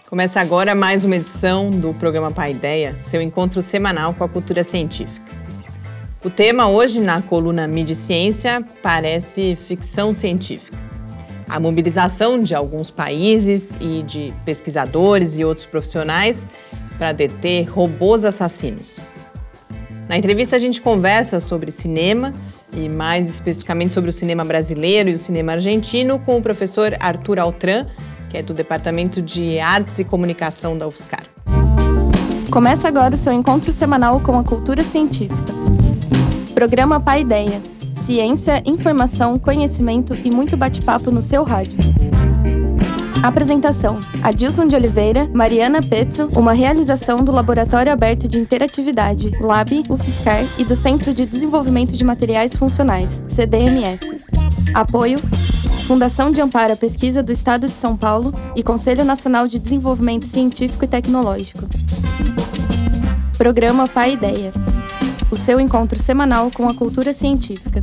Começa agora mais uma edição do programa Paideia, seu encontro semanal com a cultura científica. O tema hoje, na coluna Mídia e Ciência, parece ficção científica. A mobilização de alguns países e de pesquisadores e outros profissionais para deter robôs assassinos. Na entrevista a gente conversa sobre cinema e mais especificamente sobre o cinema brasileiro e o cinema argentino com o professor Arthur Altran, que é do Departamento de Artes e Comunicação da UFSCar. Começa agora o seu encontro semanal com a cultura científica. Programa Paideia. Ciência, informação, conhecimento e muito bate-papo no seu rádio. Apresentação: Adilson de Oliveira, Mariana Pezzo, uma realização do Laboratório Aberto de Interatividade, LAB, UFSCar e do Centro de Desenvolvimento de Materiais Funcionais, CDMF. Apoio: Fundação de Amparo à Pesquisa do Estado de São Paulo e Conselho Nacional de Desenvolvimento Científico e Tecnológico. Programa Paideia. O seu encontro semanal com a cultura científica.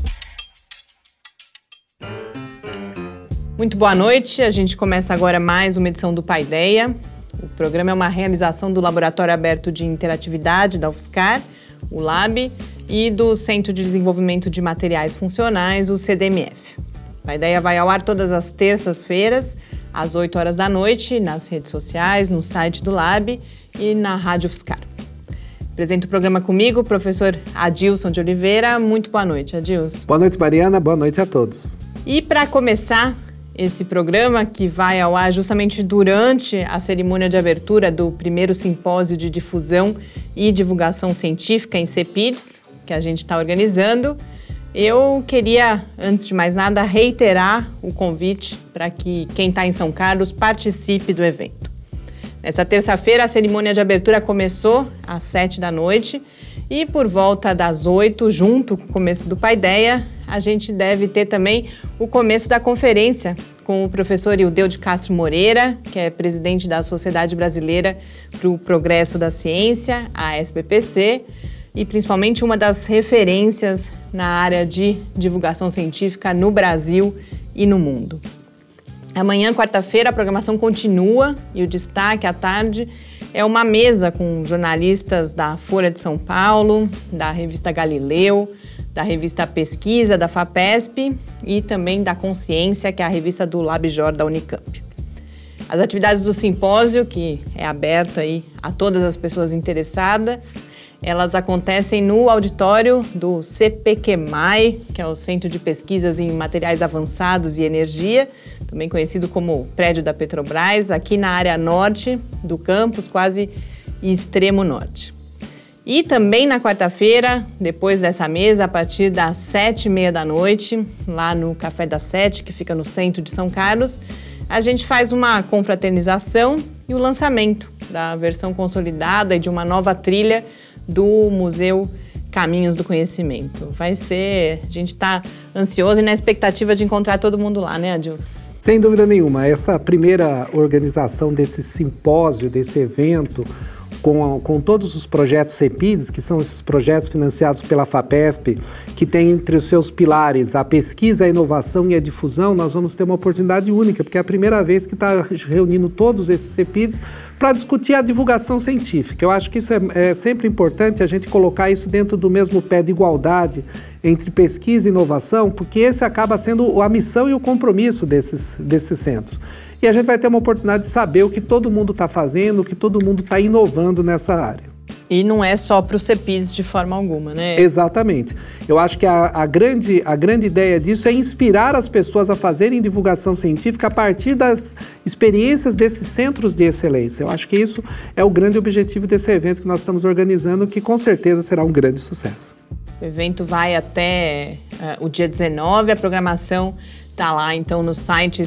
Muito boa noite, a gente começa agora mais uma edição do Paideia. O programa é uma realização do Laboratório Aberto de Interatividade da UFSCar, o LAB, e do Centro de Desenvolvimento de Materiais Funcionais, o CDMF. A Paideia vai ao ar todas as terças-feiras, às 8 horas da noite, nas redes sociais, no site do LAB e na Rádio UFSCar. Apresento o programa comigo, o professor Adilson de Oliveira. Muito boa noite, Adilson. Boa noite, Mariana. Boa noite a todos. E para começar esse programa, que vai ao ar justamente durante a cerimônia de abertura do primeiro simpósio de difusão e divulgação científica em CEPIDS, que a gente está organizando, eu queria, antes de mais nada, reiterar o convite para que quem está em São Carlos participe do evento. Nessa terça-feira, a cerimônia de abertura começou às 7 da noite e por volta das 8, junto com o começo do Paideia, a gente deve ter também o começo da conferência com o professor Ildeu de Castro Moreira, que é presidente da Sociedade Brasileira para o Progresso da Ciência, a SBPC, e principalmente uma das referências na área de divulgação científica no Brasil e no mundo. Amanhã, quarta-feira, a programação continua e o destaque à tarde é uma mesa com jornalistas da Folha de São Paulo, da revista Galileu, da revista Pesquisa, da FAPESP e também da Consciência, que é a revista do LabJOR da Unicamp. As atividades do simpósio, que é aberto aí a todas as pessoas interessadas, elas acontecem no auditório do CPQMAI, que é o Centro de Pesquisas em Materiais Avançados e Energia, também conhecido como Prédio da Petrobras, aqui na área norte do campus, quase extremo norte. E também na quarta-feira, depois dessa mesa, a partir das 7h30 da noite, lá no Café das 7, que fica no centro de São Carlos, a gente faz uma confraternização e o lançamento da versão consolidada e de uma nova trilha do Museu Caminhos do Conhecimento. Vai ser... A gente está ansioso e na expectativa de encontrar todo mundo lá, né, Adilson? Sem dúvida nenhuma. Essa primeira organização desse simpósio, desse evento, com todos os projetos CEPIDS, que são esses projetos financiados pela FAPESP, que tem entre os seus pilares a pesquisa, a inovação e a difusão, nós vamos ter uma oportunidade única, porque é a primeira vez que está reunindo todos esses CEPIDS para discutir a divulgação científica. Eu acho que isso é sempre importante, a gente colocar isso dentro do mesmo pé de igualdade entre pesquisa e inovação, porque esse acaba sendo a missão e o compromisso desses centros. E a gente vai ter uma oportunidade de saber o que todo mundo está fazendo, o que todo mundo está inovando nessa área. E não é só para o CEPIDS de forma alguma, né? Exatamente. Eu acho que a grande ideia disso é inspirar as pessoas a fazerem divulgação científica a partir das experiências desses centros de excelência. Eu acho que isso é o grande objetivo desse evento que nós estamos organizando, que com certeza será um grande sucesso. O evento vai até o dia 19, a programação está lá então no site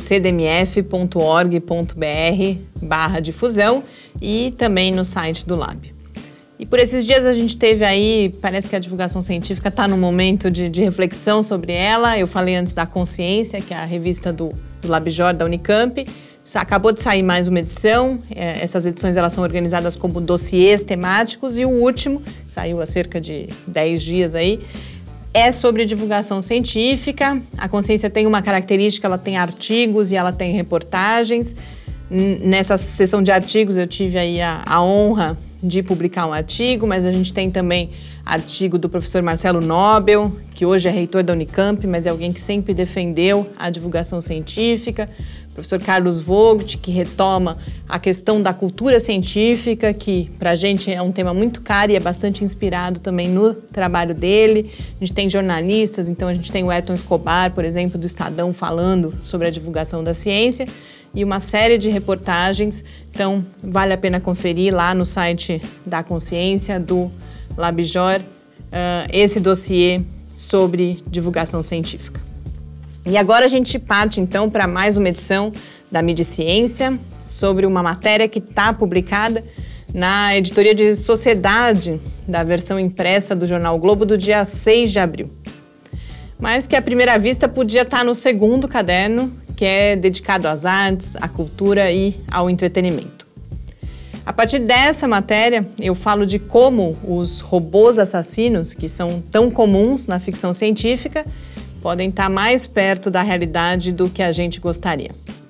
cdmf.org.br/difusão e também no site do LAB. E por esses dias a gente teve aí, parece que a divulgação científica está num momento de reflexão sobre ela. Eu falei antes da Consciência, que é a revista do LabJOR da Unicamp. Acabou de sair mais uma edição. Essas edições elas são organizadas como dossiês temáticos e o último, saiu há cerca de 10 dias aí, é sobre divulgação científica. A Consciência tem uma característica, ela tem artigos e ela tem reportagens. Nessa seção de artigos eu tive aí a honra de publicar um artigo, mas a gente tem também artigo do professor Marcelo Nobel, que hoje é reitor da Unicamp, mas é alguém que sempre defendeu a divulgação científica. Professor Carlos Vogt, que retoma a questão da cultura científica, que para a gente é um tema muito caro e é bastante inspirado também no trabalho dele. A gente tem jornalistas, então a gente tem o Elton Escobar, por exemplo, do Estadão, falando sobre a divulgação da ciência e uma série de reportagens. Então vale a pena conferir lá no site da Consciência, do LabJOR, esse dossiê sobre divulgação científica. E agora a gente parte, então, para mais uma edição da Mídia e Ciência, sobre uma matéria que está publicada na editoria de Sociedade, da versão impressa do jornal o Globo, do dia 6 de abril. Mas que, à primeira vista, podia estar no segundo caderno, que é dedicado às artes, à cultura e ao entretenimento. A partir dessa matéria, eu falo de como os robôs assassinos, que são tão comuns na ficção científica, podem estar mais perto da realidade do que a gente gostaria.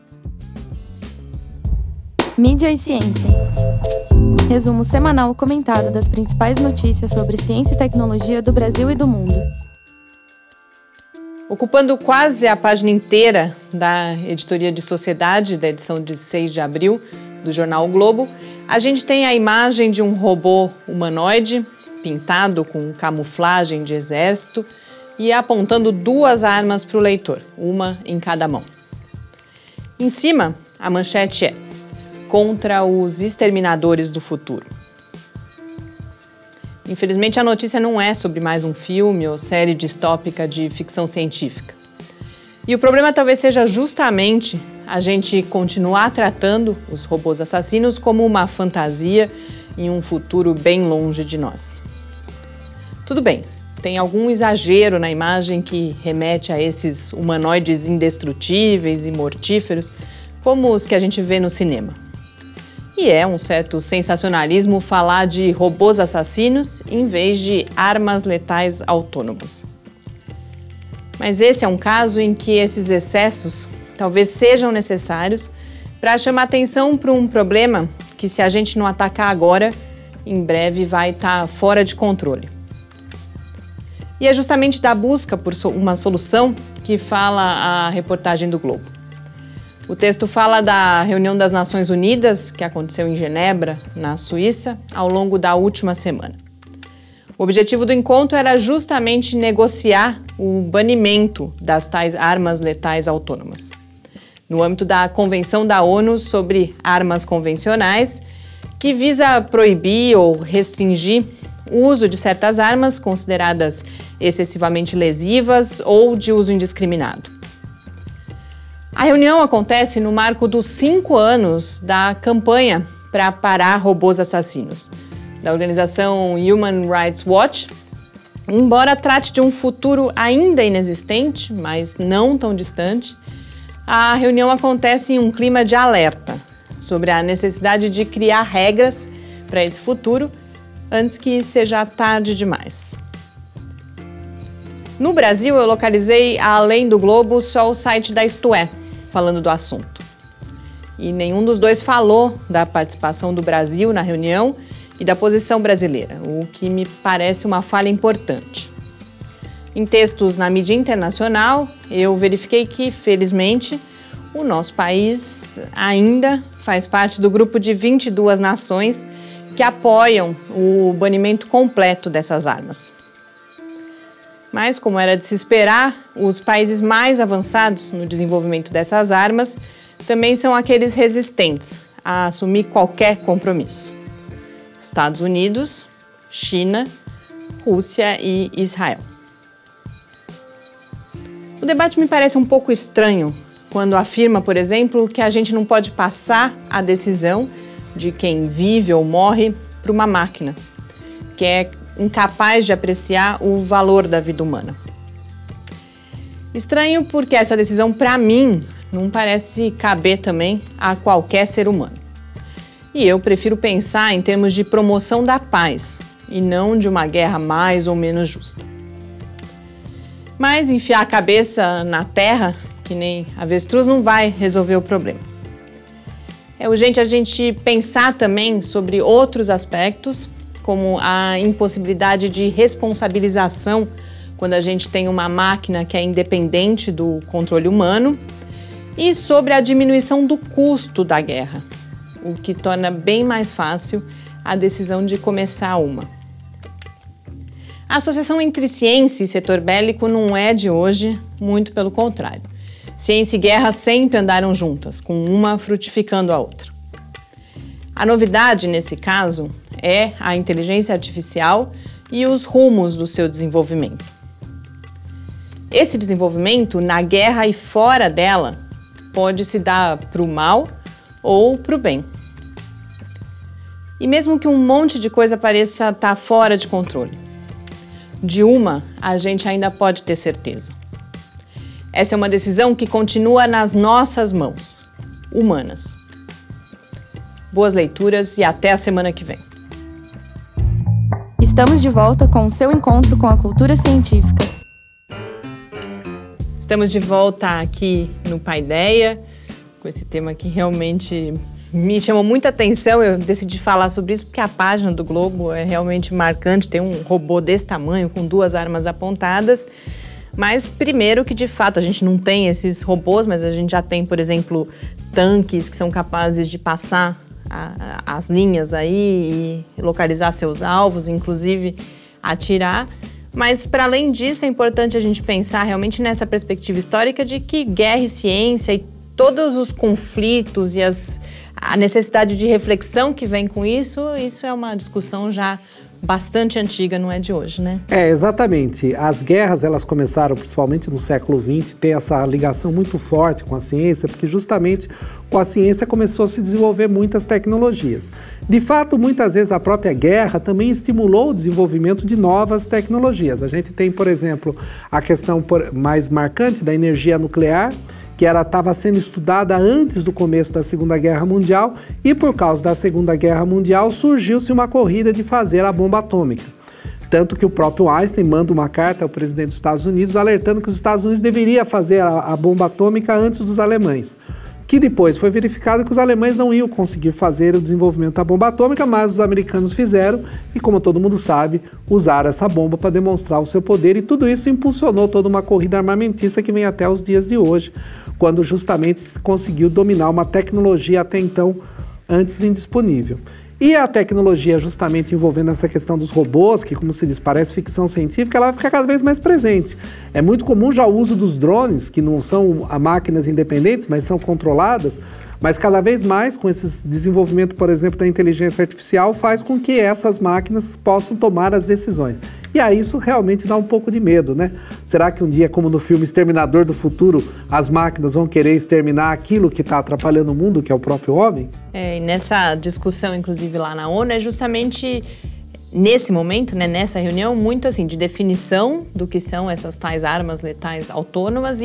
Mídia e Ciência. Resumo semanal comentado das principais notícias sobre ciência e tecnologia do Brasil e do mundo. Ocupando quase a página inteira da editoria de Sociedade, da edição de 6 de abril do jornal o Globo, a gente tem a imagem de um robô humanoide pintado com camuflagem de exército e apontando duas armas para o leitor, uma em cada mão. Em cima, a manchete é: contra os exterminadores do futuro. Infelizmente, a notícia não é sobre mais um filme ou série distópica de ficção científica. E o problema talvez seja justamente a gente continuar tratando os robôs assassinos como uma fantasia em um futuro bem longe de nós. Tudo bem. Tem algum exagero na imagem que remete a esses humanoides indestrutíveis e mortíferos, como os que a gente vê no cinema. E é um certo sensacionalismo falar de robôs assassinos em vez de armas letais autônomas. Mas esse é um caso em que esses excessos talvez sejam necessários para chamar atenção para um problema que, se a gente não atacar agora, em breve vai estar fora de controle. E é justamente da busca por uma solução que fala a reportagem do Globo. O texto fala da reunião das Nações Unidas, que aconteceu em Genebra, na Suíça, ao longo da última semana. O objetivo do encontro era justamente negociar o banimento das tais armas letais autônomas. No âmbito da Convenção da ONU sobre Armas Convencionais, que visa proibir ou restringir o uso de certas armas consideradas excessivamente lesivas ou de uso indiscriminado. A reunião acontece no marco dos 5 anos da campanha para parar robôs assassinos, da organização Human Rights Watch. Embora trate de um futuro ainda inexistente, mas não tão distante, a reunião acontece em um clima de alerta sobre a necessidade de criar regras para esse futuro antes que seja tarde demais. No Brasil, eu localizei, além do Globo, só o site da Isto É, falando do assunto. E nenhum dos dois falou da participação do Brasil na reunião e da posição brasileira, o que me parece uma falha importante. Em textos na mídia internacional, eu verifiquei que, felizmente, o nosso país ainda faz parte do grupo de 22 nações que apoiam o banimento completo dessas armas. Mas, como era de se esperar, os países mais avançados no desenvolvimento dessas armas também são aqueles resistentes a assumir qualquer compromisso. Estados Unidos, China, Rússia e Israel. O debate me parece um pouco estranho quando afirma, por exemplo, que a gente não pode passar a decisão de quem vive ou morre para uma máquina, que é incapaz de apreciar o valor da vida humana. Estranho porque essa decisão, para mim, não parece caber também a qualquer ser humano. E eu prefiro pensar em termos de promoção da paz e não de uma guerra mais ou menos justa. Mas enfiar a cabeça na terra, que nem avestruz, não vai resolver o problema. É urgente a gente pensar também sobre outros aspectos, como a impossibilidade de responsabilização quando a gente tem uma máquina que é independente do controle humano, e sobre a diminuição do custo da guerra, o que torna bem mais fácil a decisão de começar uma. A associação entre ciência e setor bélico não é de hoje, muito pelo contrário. Ciência e guerra sempre andaram juntas, com uma frutificando a outra. A novidade, nesse caso, é a inteligência artificial e os rumos do seu desenvolvimento. Esse desenvolvimento, na guerra e fora dela, pode se dar para o mal ou para o bem. E mesmo que um monte de coisa pareça estar fora de controle, de uma a gente ainda pode ter certeza. Essa é uma decisão que continua nas nossas mãos, humanas. Boas leituras e até a semana que vem. Estamos de volta com o seu encontro com a cultura científica. Estamos de volta aqui no Paideia, com esse tema que realmente me chamou muita atenção. Eu decidi falar sobre isso porque a página do Globo é realmente marcante. Tem um robô desse tamanho, com 2 armas apontadas. Mas primeiro que, de fato, a gente não tem esses robôs, mas a gente já tem, por exemplo, tanques que são capazes de passar as linhas aí e localizar seus alvos, inclusive atirar. Mas, para além disso, é importante a gente pensar realmente nessa perspectiva histórica de que guerra e ciência e todos os conflitos e a necessidade de reflexão que vem com isso é uma discussão já bastante antiga, não é de hoje, né? Exatamente. As guerras, elas começaram, principalmente no século XX, ter essa ligação muito forte com a ciência, porque justamente com a ciência começou a se desenvolver muitas tecnologias. De fato, muitas vezes a própria guerra também estimulou o desenvolvimento de novas tecnologias. A gente tem, por exemplo, a questão mais marcante da energia nuclear, que estava sendo estudada antes do começo da Segunda Guerra Mundial, e por causa da Segunda Guerra Mundial surgiu-se uma corrida de fazer a bomba atômica. Tanto que o próprio Einstein manda uma carta ao presidente dos Estados Unidos alertando que os Estados Unidos deveriam fazer a bomba atômica antes dos alemães. Que depois foi verificado que os alemães não iam conseguir fazer o desenvolvimento da bomba atômica, mas os americanos fizeram e, como todo mundo sabe, usaram essa bomba para demonstrar o seu poder, e tudo isso impulsionou toda uma corrida armamentista que vem até os dias de hoje, quando justamente se conseguiu dominar uma tecnologia até então antes indisponível. E a tecnologia justamente envolvendo essa questão dos robôs, que, como se diz, parece ficção científica, ela fica cada vez mais presente. É muito comum já o uso dos drones, que não são máquinas independentes, mas são controladas, mas cada vez mais, com esse desenvolvimento, por exemplo, da inteligência artificial, faz com que essas máquinas possam tomar as decisões. E aí isso realmente dá um pouco de medo, né? Será que um dia, como no filme Exterminador do Futuro, as máquinas vão querer exterminar aquilo que está atrapalhando o mundo, que é o próprio homem? E nessa discussão, inclusive lá na ONU, é justamente nesse momento, né, nessa reunião, muito assim, de definição do que são essas tais armas letais autônomas e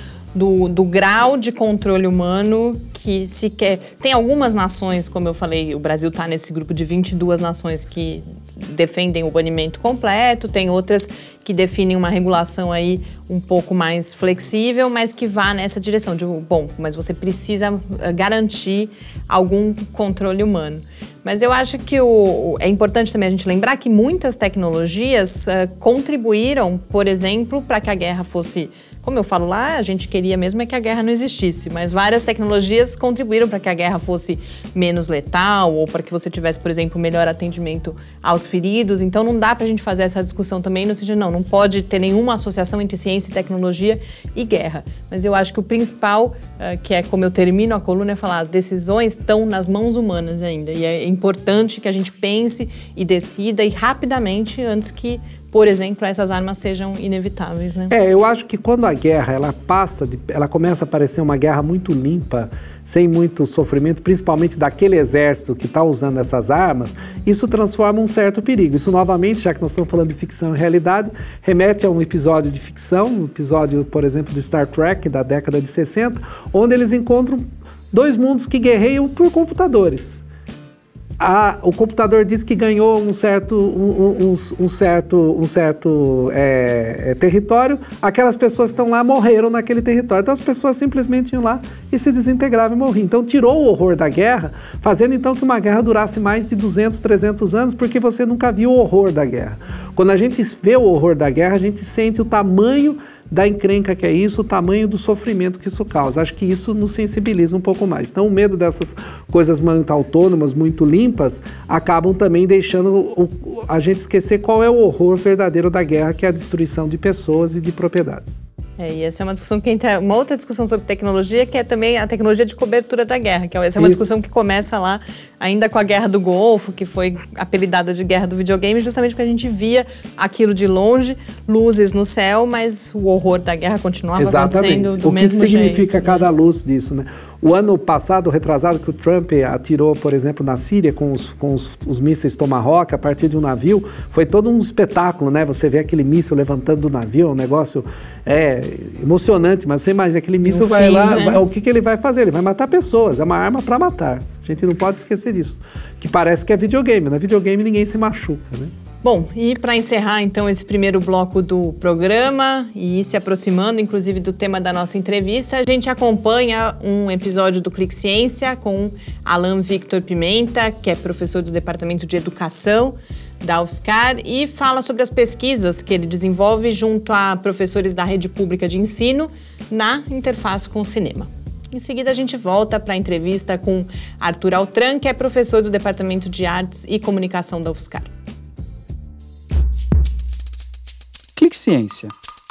do grau de controle humano que se quer. Tem algumas nações, como eu falei, o Brasil está nesse grupo de 22 nações que defendem o banimento completo, tem outras que definem uma regulação aí um pouco mais flexível, mas que vá nessa direção de, bom, mas você precisa garantir algum controle humano. Mas eu acho que é importante também a gente lembrar que muitas tecnologias contribuíram, por exemplo, para que a guerra fosse, como eu falo lá, a gente queria mesmo é que a guerra não existisse, mas várias tecnologias contribuíram para que a guerra fosse menos letal ou para que você tivesse, por exemplo, melhor atendimento aos feridos. Então não dá para a gente fazer essa discussão também no sentido, não pode ter nenhuma associação entre ciência e tecnologia e guerra. Mas eu acho que o principal, que é como eu termino a coluna, é falar as decisões estão nas mãos humanas ainda. E é importante que a gente pense e decida e rapidamente antes que, por exemplo, essas armas sejam inevitáveis, né? Eu acho que quando a guerra ela começa a parecer uma guerra muito limpa, sem muito sofrimento, principalmente daquele exército que está usando essas armas, isso transforma um certo perigo. Isso, novamente, já que nós estamos falando de ficção e realidade, remete a um episódio de ficção, um episódio, por exemplo, do Star Trek, da década de 60, onde eles encontram dois mundos que guerreiam por computadores. o computador diz que ganhou um certo território, aquelas pessoas que estão lá morreram naquele território. Então as pessoas simplesmente iam lá e se desintegravam e morriam. Então tirou o horror da guerra, fazendo então que uma guerra durasse mais de 200, 300 anos, porque você nunca viu o horror da guerra. Quando a gente vê o horror da guerra, a gente sente o tamanho da encrenca que é isso, o tamanho do sofrimento que isso causa. Acho que isso nos sensibiliza um pouco mais. Então, o medo dessas coisas muito autônomas, muito limpas, acabam também deixando a gente esquecer qual é o horror verdadeiro da guerra, que é a destruição de pessoas e de propriedades. E essa é uma discussão que entra, uma outra discussão sobre tecnologia, que é também a tecnologia de cobertura da guerra, que essa é uma discussão que começa lá ainda com a Guerra do Golfo, que foi apelidada de Guerra do Videogame, justamente porque a gente via aquilo de longe, luzes no céu, mas o horror da guerra continuava acontecendo do mesmo jeito. O que significa cada luz disso, né? O ano passado, retrasado, que o Trump atirou, por exemplo, na Síria com os mísseis Tomahawk a partir de um navio, foi todo um espetáculo, né? Você vê aquele míssil levantando do navio, um negócio emocionante, mas você imagina, aquele míssil vai lá, né? O que ele vai fazer? Ele vai matar pessoas, é uma arma para matar. A gente não pode esquecer disso, que parece que é videogame, né? Videogame ninguém se machuca, né? Bom, e para encerrar então esse primeiro bloco do programa e se aproximando inclusive do tema da nossa entrevista, a gente acompanha um episódio do Clique Ciência com Alan Victor Pimenta, que é professor do Departamento de Educação da UFSCar e fala sobre as pesquisas que ele desenvolve junto a professores da rede pública de ensino na interface com o cinema. Em seguida, a gente volta para a entrevista com Arthur Altran, que é professor do Departamento de Artes e Comunicação da UFSCar. Clique Ciência.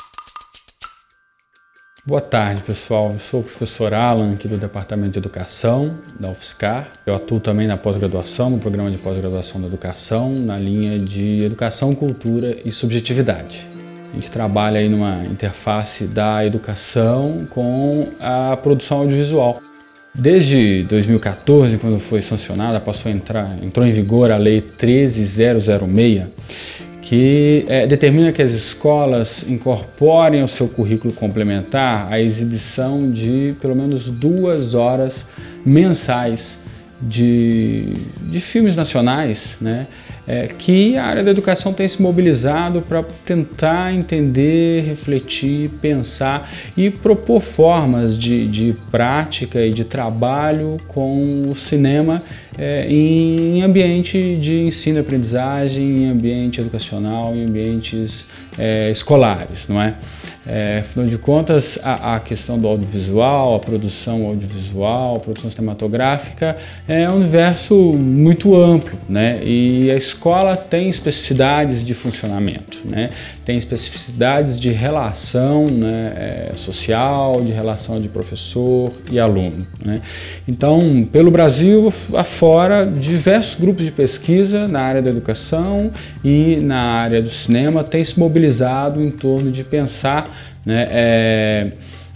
Boa tarde, pessoal. Eu sou o professor Alan, aqui do Departamento de Educação da UFSCar. Eu atuo também na pós-graduação, no programa de pós-graduação da educação, na linha de Educação, Cultura e Subjetividade. A gente trabalha aí numa interface da educação com a produção audiovisual. Desde 2014, quando foi sancionada, entrou em vigor a Lei 13.006, que determina que as escolas incorporem ao seu currículo complementar a exibição de pelo menos 2 horas mensais de filmes nacionais, né? Que a área da educação tem se mobilizado para tentar entender, refletir, pensar e propor formas de prática e de trabalho com o cinema em ambiente de ensino e aprendizagem, em ambiente educacional, em ambientes escolares, não é? Afinal de contas, a questão do audiovisual, a produção cinematográfica é um universo muito amplo, né? E a escola tem especificidades de funcionamento, né? Tem especificidades de relação, né, social, de relação de professor e aluno, né? Então, pelo Brasil afora, diversos grupos de pesquisa na área da educação e na área do cinema têm se mobilizado em torno de pensar, né,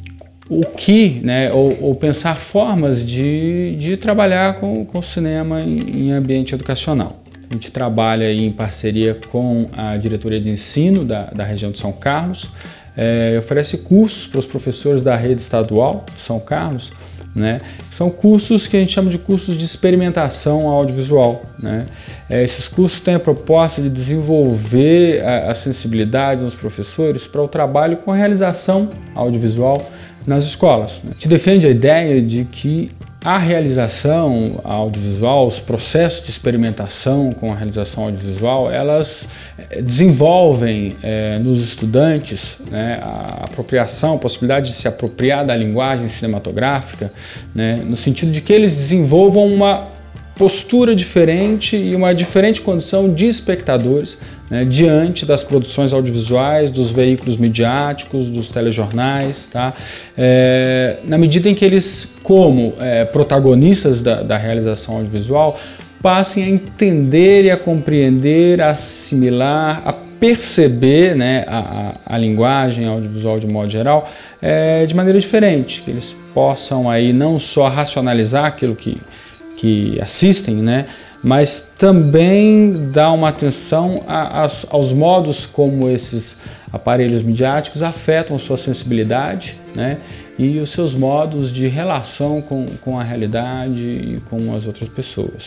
ou pensar formas de trabalhar com o cinema em ambiente educacional. A gente trabalha aí em parceria com a diretoria de ensino da região de São Carlos, oferece cursos para os professores da rede estadual de São Carlos, né? São cursos que a gente chama de cursos de experimentação audiovisual, né? Esses cursos têm a proposta de desenvolver a sensibilidade dos professores para o trabalho com a realização audiovisual nas escolas, né? A gente defende a ideia de que a realização audiovisual, os processos de experimentação com a realização audiovisual, elas desenvolvem nos estudantes, né, a apropriação, a possibilidade de se apropriar da linguagem cinematográfica, né, no sentido de que eles desenvolvam uma postura diferente e uma diferente condição de espectadores, né, diante das produções audiovisuais, dos veículos midiáticos, dos telejornais, tá? Na medida em que eles, como protagonistas da realização audiovisual, passem a entender e a compreender, a assimilar, a perceber, né, a linguagem audiovisual de modo geral de maneira diferente, que eles possam aí não só racionalizar aquilo que assistem, né, mas também dar uma atenção aos modos como esses aparelhos midiáticos afetam a sua sensibilidade, né, e os seus modos de relação com a realidade e com as outras pessoas.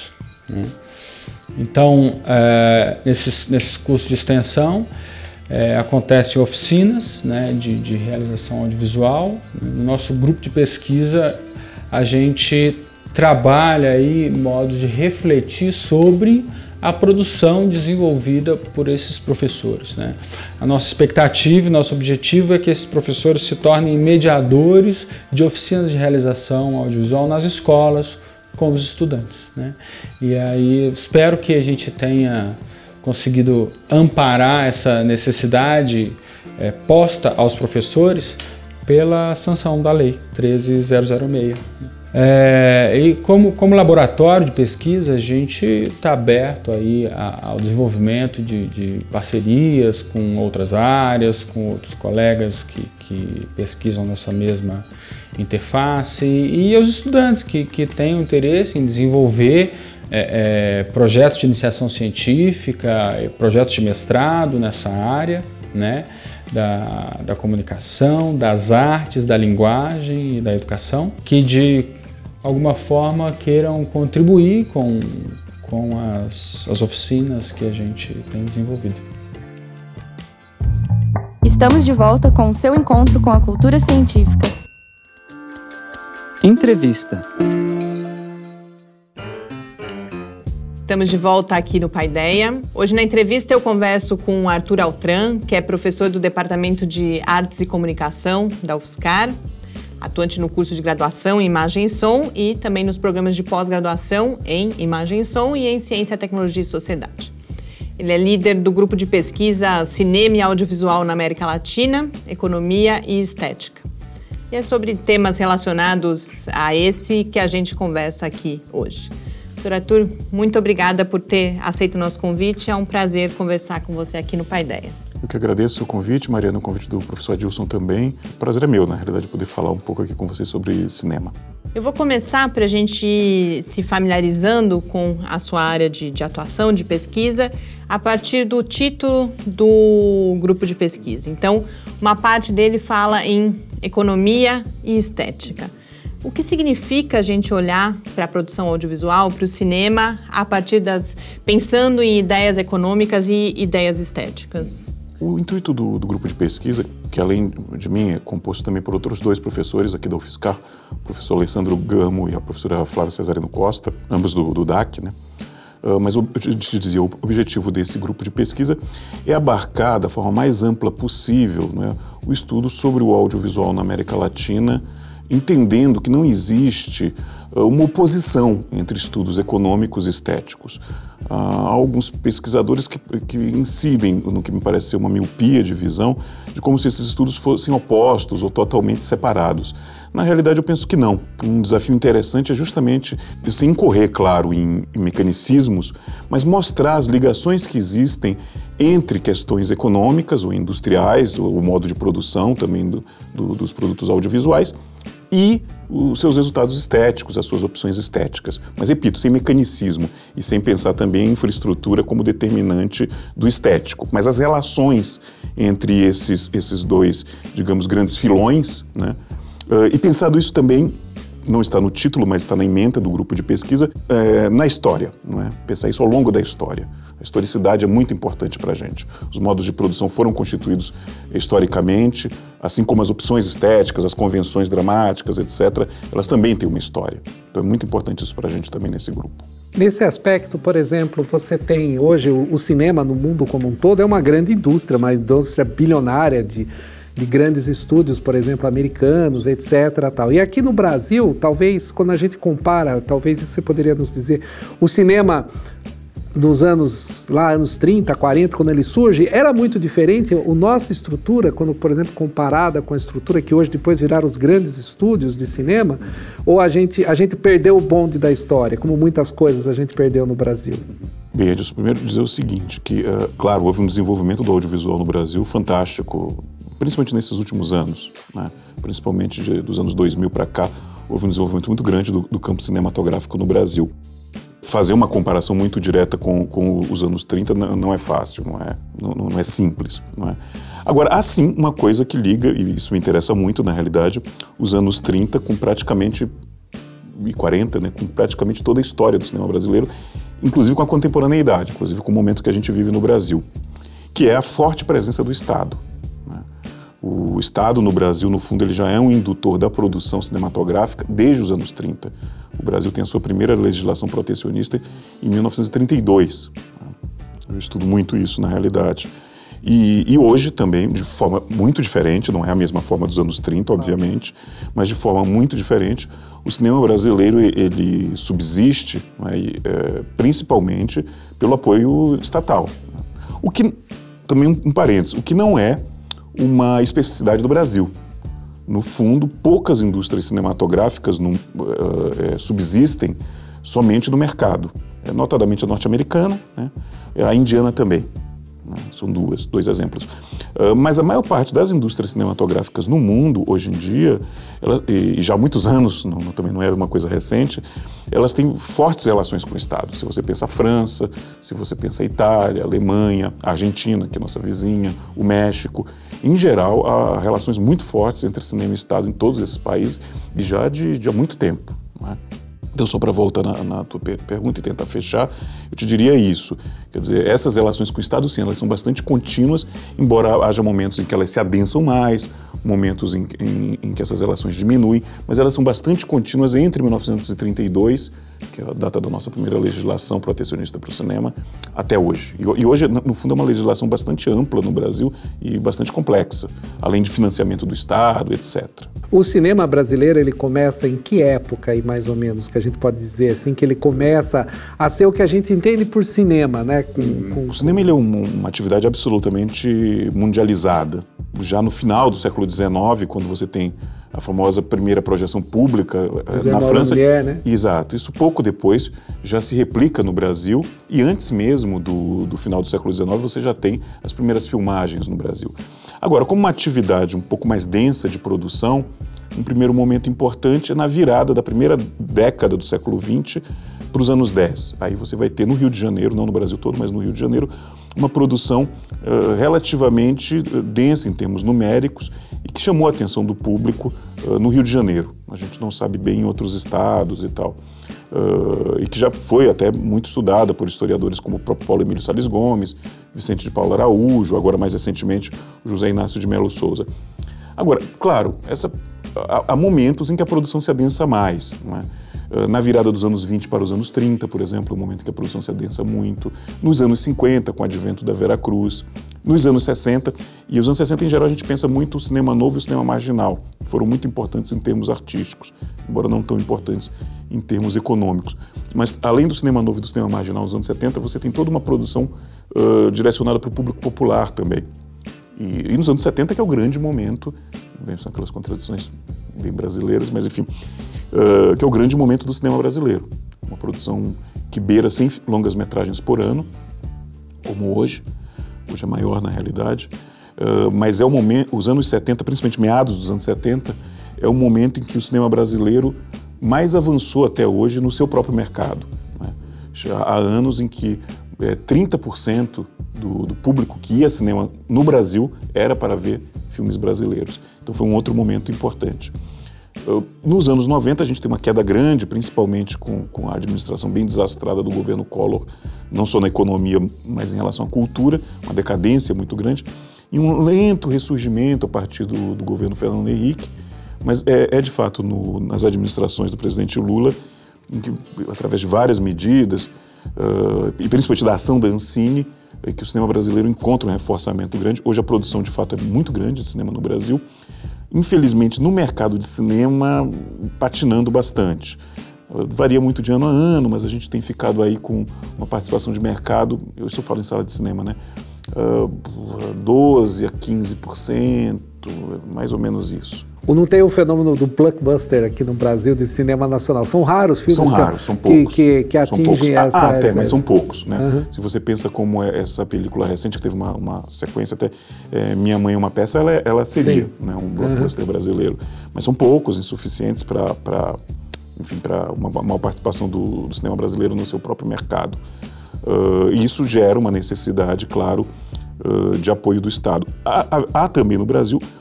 né? Então, nesses cursos de extensão, acontecem oficinas, né, de realização audiovisual. No nosso grupo de pesquisa, a gente trabalha aí modos de refletir sobre a produção desenvolvida por esses professores, né? A nossa expectativa e nosso objetivo é que esses professores se tornem mediadores de oficinas de realização audiovisual nas escolas com os estudantes, né? E aí espero que a gente tenha conseguido amparar essa necessidade posta aos professores pela sanção da Lei 13.006. E como laboratório de pesquisa, a gente está aberto aí ao desenvolvimento de parcerias com outras áreas, com outros colegas que pesquisam nessa mesma interface e aos estudantes que tenham interesse em desenvolver projetos de iniciação científica, projetos de mestrado nessa área, né, da comunicação, das artes, da linguagem e da educação, que de alguma forma queiram contribuir com as oficinas que a gente tem desenvolvido. Estamos de volta com o seu encontro com a cultura científica. Entrevista. Estamos de volta aqui no Paideia. Hoje na entrevista eu converso com o Arthur Altran, que é professor do Departamento de Artes e Comunicação da UFSCar, atuante no curso de graduação em Imagem e Som e também nos programas de pós-graduação em Imagem e Som e em Ciência, Tecnologia e Sociedade. Ele é líder do grupo de pesquisa Cinema e Audiovisual na América Latina, Economia e Estética. E é sobre temas relacionados a esse que a gente conversa aqui hoje. Sr. Arthur, muito obrigada por ter aceito o nosso convite. É um prazer conversar com você aqui no Paideia. Eu que agradeço o convite, Mariana, o convite do professor Adilson também. O prazer é meu, na realidade, poder falar um pouco aqui com vocês sobre cinema. Eu vou começar para a gente ir se familiarizando com a sua área de atuação, de pesquisa, a partir do título do grupo de pesquisa. Então, uma parte dele fala em economia e estética. O que significa a gente olhar para a produção audiovisual, para o cinema, a partir pensando em ideias econômicas e ideias estéticas? O intuito do grupo de pesquisa, que além de mim é composto também por outros dois professores aqui da UFSCar, o professor Alessandro Gamo e a professora Flávia Cesarino Costa, ambos do DAC, né? Mas eu te dizia, o objetivo desse grupo de pesquisa é abarcar da forma mais ampla possível, né, o estudo sobre o audiovisual na América Latina, entendendo que não existe uma oposição entre estudos econômicos e estéticos. Há alguns pesquisadores que incidem no que me parece ser uma miopia de visão, de como se esses estudos fossem opostos ou totalmente separados. Na realidade, eu penso que não. Um desafio interessante é justamente, sem incorrer, claro, em mecanicismos, mas mostrar as ligações que existem entre questões econômicas ou industriais, o modo de produção também dos produtos audiovisuais, e os seus resultados estéticos, as suas opções estéticas. Mas, repito, sem mecanicismo e sem pensar também em infraestrutura como determinante do estético. Mas as relações entre esses dois, digamos, grandes filões, né? E pensado isso também, não está no título, mas está na ementa do grupo de pesquisa, na história, não é? Pensar isso ao longo da história. A historicidade é muito importante para a gente. Os modos de produção foram constituídos historicamente, assim como as opções estéticas, as convenções dramáticas, etc., elas também têm uma história. Então é muito importante isso para a gente também nesse grupo. Nesse aspecto, por exemplo, você tem hoje o cinema no mundo como um todo é uma grande indústria, uma indústria bilionária de grandes estúdios, por exemplo, americanos, etc. Tal. E aqui no Brasil, talvez, quando a gente compara, talvez isso você poderia nos dizer, o cinema dos anos 30, 40, quando ele surge, era muito diferente. A nossa estrutura, quando, por exemplo, comparada com a estrutura que hoje depois viraram os grandes estúdios de cinema, ou a gente perdeu o bonde da história, como muitas coisas a gente perdeu no Brasil? Bem, Edson, primeiro dizer o seguinte, que, claro, houve um desenvolvimento do audiovisual no Brasil fantástico, principalmente nesses últimos anos, né? Principalmente dos anos 2000 para cá, houve um desenvolvimento muito grande do campo cinematográfico no Brasil. Fazer uma comparação muito direta com os anos 30 não é fácil, não é simples. Não é? Agora, há sim uma coisa que liga, e isso me interessa muito na realidade, os anos 30 com praticamente, e 40, né, com praticamente toda a história do cinema brasileiro, inclusive com a contemporaneidade, inclusive com o momento que a gente vive no Brasil, que é a forte presença do Estado. O Estado no Brasil, no fundo, ele já é um indutor da produção cinematográfica desde os anos 30. O Brasil tem a sua primeira legislação protecionista em 1932. Eu estudo muito isso, na realidade. E hoje também, de forma muito diferente, não é a mesma forma dos anos 30, obviamente, mas de forma muito diferente, o cinema brasileiro ele subsiste, né, principalmente pelo apoio estatal. O que, também um parênteses, o que não é uma especificidade do Brasil. No fundo, poucas indústrias cinematográficas subsistem somente no mercado. Notadamente a norte-americana, né? A indiana também. São dois exemplos. Mas a maior parte das indústrias cinematográficas no mundo, hoje em dia, e já há muitos anos, também não era uma coisa recente, elas têm fortes relações com o Estado. Se você pensa a França, se você pensa a Itália, a Alemanha, a Argentina, que é nossa vizinha, o México. Em geral, há relações muito fortes entre cinema e Estado em todos esses países e já de há muito tempo, né? Então, só para voltar na tua pergunta e tentar fechar, eu te diria isso. Quer dizer, essas relações com o Estado, sim, elas são bastante contínuas, embora haja momentos em que elas se adensam mais, momentos em que essas relações diminuem, mas elas são bastante contínuas entre 1932, que é a data da nossa primeira legislação protecionista para o cinema, até hoje. E hoje, no fundo, é uma legislação bastante ampla no Brasil e bastante complexa, além de financiamento do Estado, etc. O cinema brasileiro, ele começa em que época, aí, mais ou menos, que a gente pode dizer assim, que ele começa a ser o que a gente entende por cinema, né? O cinema ele é uma atividade absolutamente mundializada. Já no final do século XIX, quando você tem a famosa primeira projeção pública na França. Lumière, né? Exato. Isso pouco depois já se replica no Brasil e antes mesmo do final do século XIX você já tem as primeiras filmagens no Brasil. Agora, como uma atividade um pouco mais densa de produção, um primeiro momento importante é na virada da primeira década do século XX para os anos 10. Aí você vai ter no Rio de Janeiro, não no Brasil todo, mas no Rio de Janeiro, uma produção relativamente densa em termos numéricos e que chamou a atenção do público no Rio de Janeiro. A gente não sabe bem em outros estados e tal. E que já foi até muito estudada por historiadores como o próprio Paulo Emílio Salles Gomes, Vicente de Paula Araújo, agora mais recentemente o José Inácio de Melo Souza. Agora, claro, há momentos em que a produção se adensa mais, não é? Na virada dos anos 20 para os anos 30, por exemplo, o momento em que a produção se adensa muito. Nos anos 50, com o advento da Vera Cruz. Nos anos 60, e os anos 60 em geral a gente pensa muito o cinema novo e o cinema marginal. Foram muito importantes em termos artísticos, embora não tão importantes em termos econômicos. Mas além do cinema novo e do cinema marginal nos anos 70, você tem toda uma produção direcionada para o público popular também. E nos anos 70 que é o grande momento, bem, são aquelas contradições bem brasileiras, mas enfim, que é o grande momento do cinema brasileiro. Uma produção que beira 100 longas-metragens por ano, como hoje é maior na realidade, mas é o momento, os anos 70, principalmente meados dos anos 70, é o momento em que o cinema brasileiro mais avançou até hoje no seu próprio mercado, né? Já há anos em que 30% do público que ia ao cinema no Brasil era para ver filmes brasileiros. Então foi um outro momento importante. Nos anos 90 a gente tem uma queda grande, principalmente com a administração bem desastrada do governo Collor, não só na economia, mas em relação à cultura, uma decadência muito grande, e um lento ressurgimento a partir do governo Fernando Henrique, mas de fato nas administrações do presidente Lula, em que, através de várias medidas, e principalmente da ação da Ancine, que o cinema brasileiro encontra um reforçamento grande. Hoje a produção de fato é muito grande de cinema no Brasil. Infelizmente, no mercado de cinema, patinando bastante. Varia muito de ano a ano, mas a gente tem ficado aí com uma participação de mercado, isso eu falo em sala de cinema, né? 12% a 15%, mais ou menos isso. Não tem o fenômeno do blockbuster aqui no Brasil, de cinema nacional. São raros filmes são poucos. Que atingem essa... mas são poucos, né? Uhum. Se você pensa como essa película recente, que teve uma sequência até, Minha Mãe é uma Peça, ela seria, né, um blockbuster brasileiro. Mas são poucos, insuficientes para uma maior participação do cinema brasileiro no seu próprio mercado. E isso gera uma necessidade, claro, de apoio do Estado. Há também no Brasil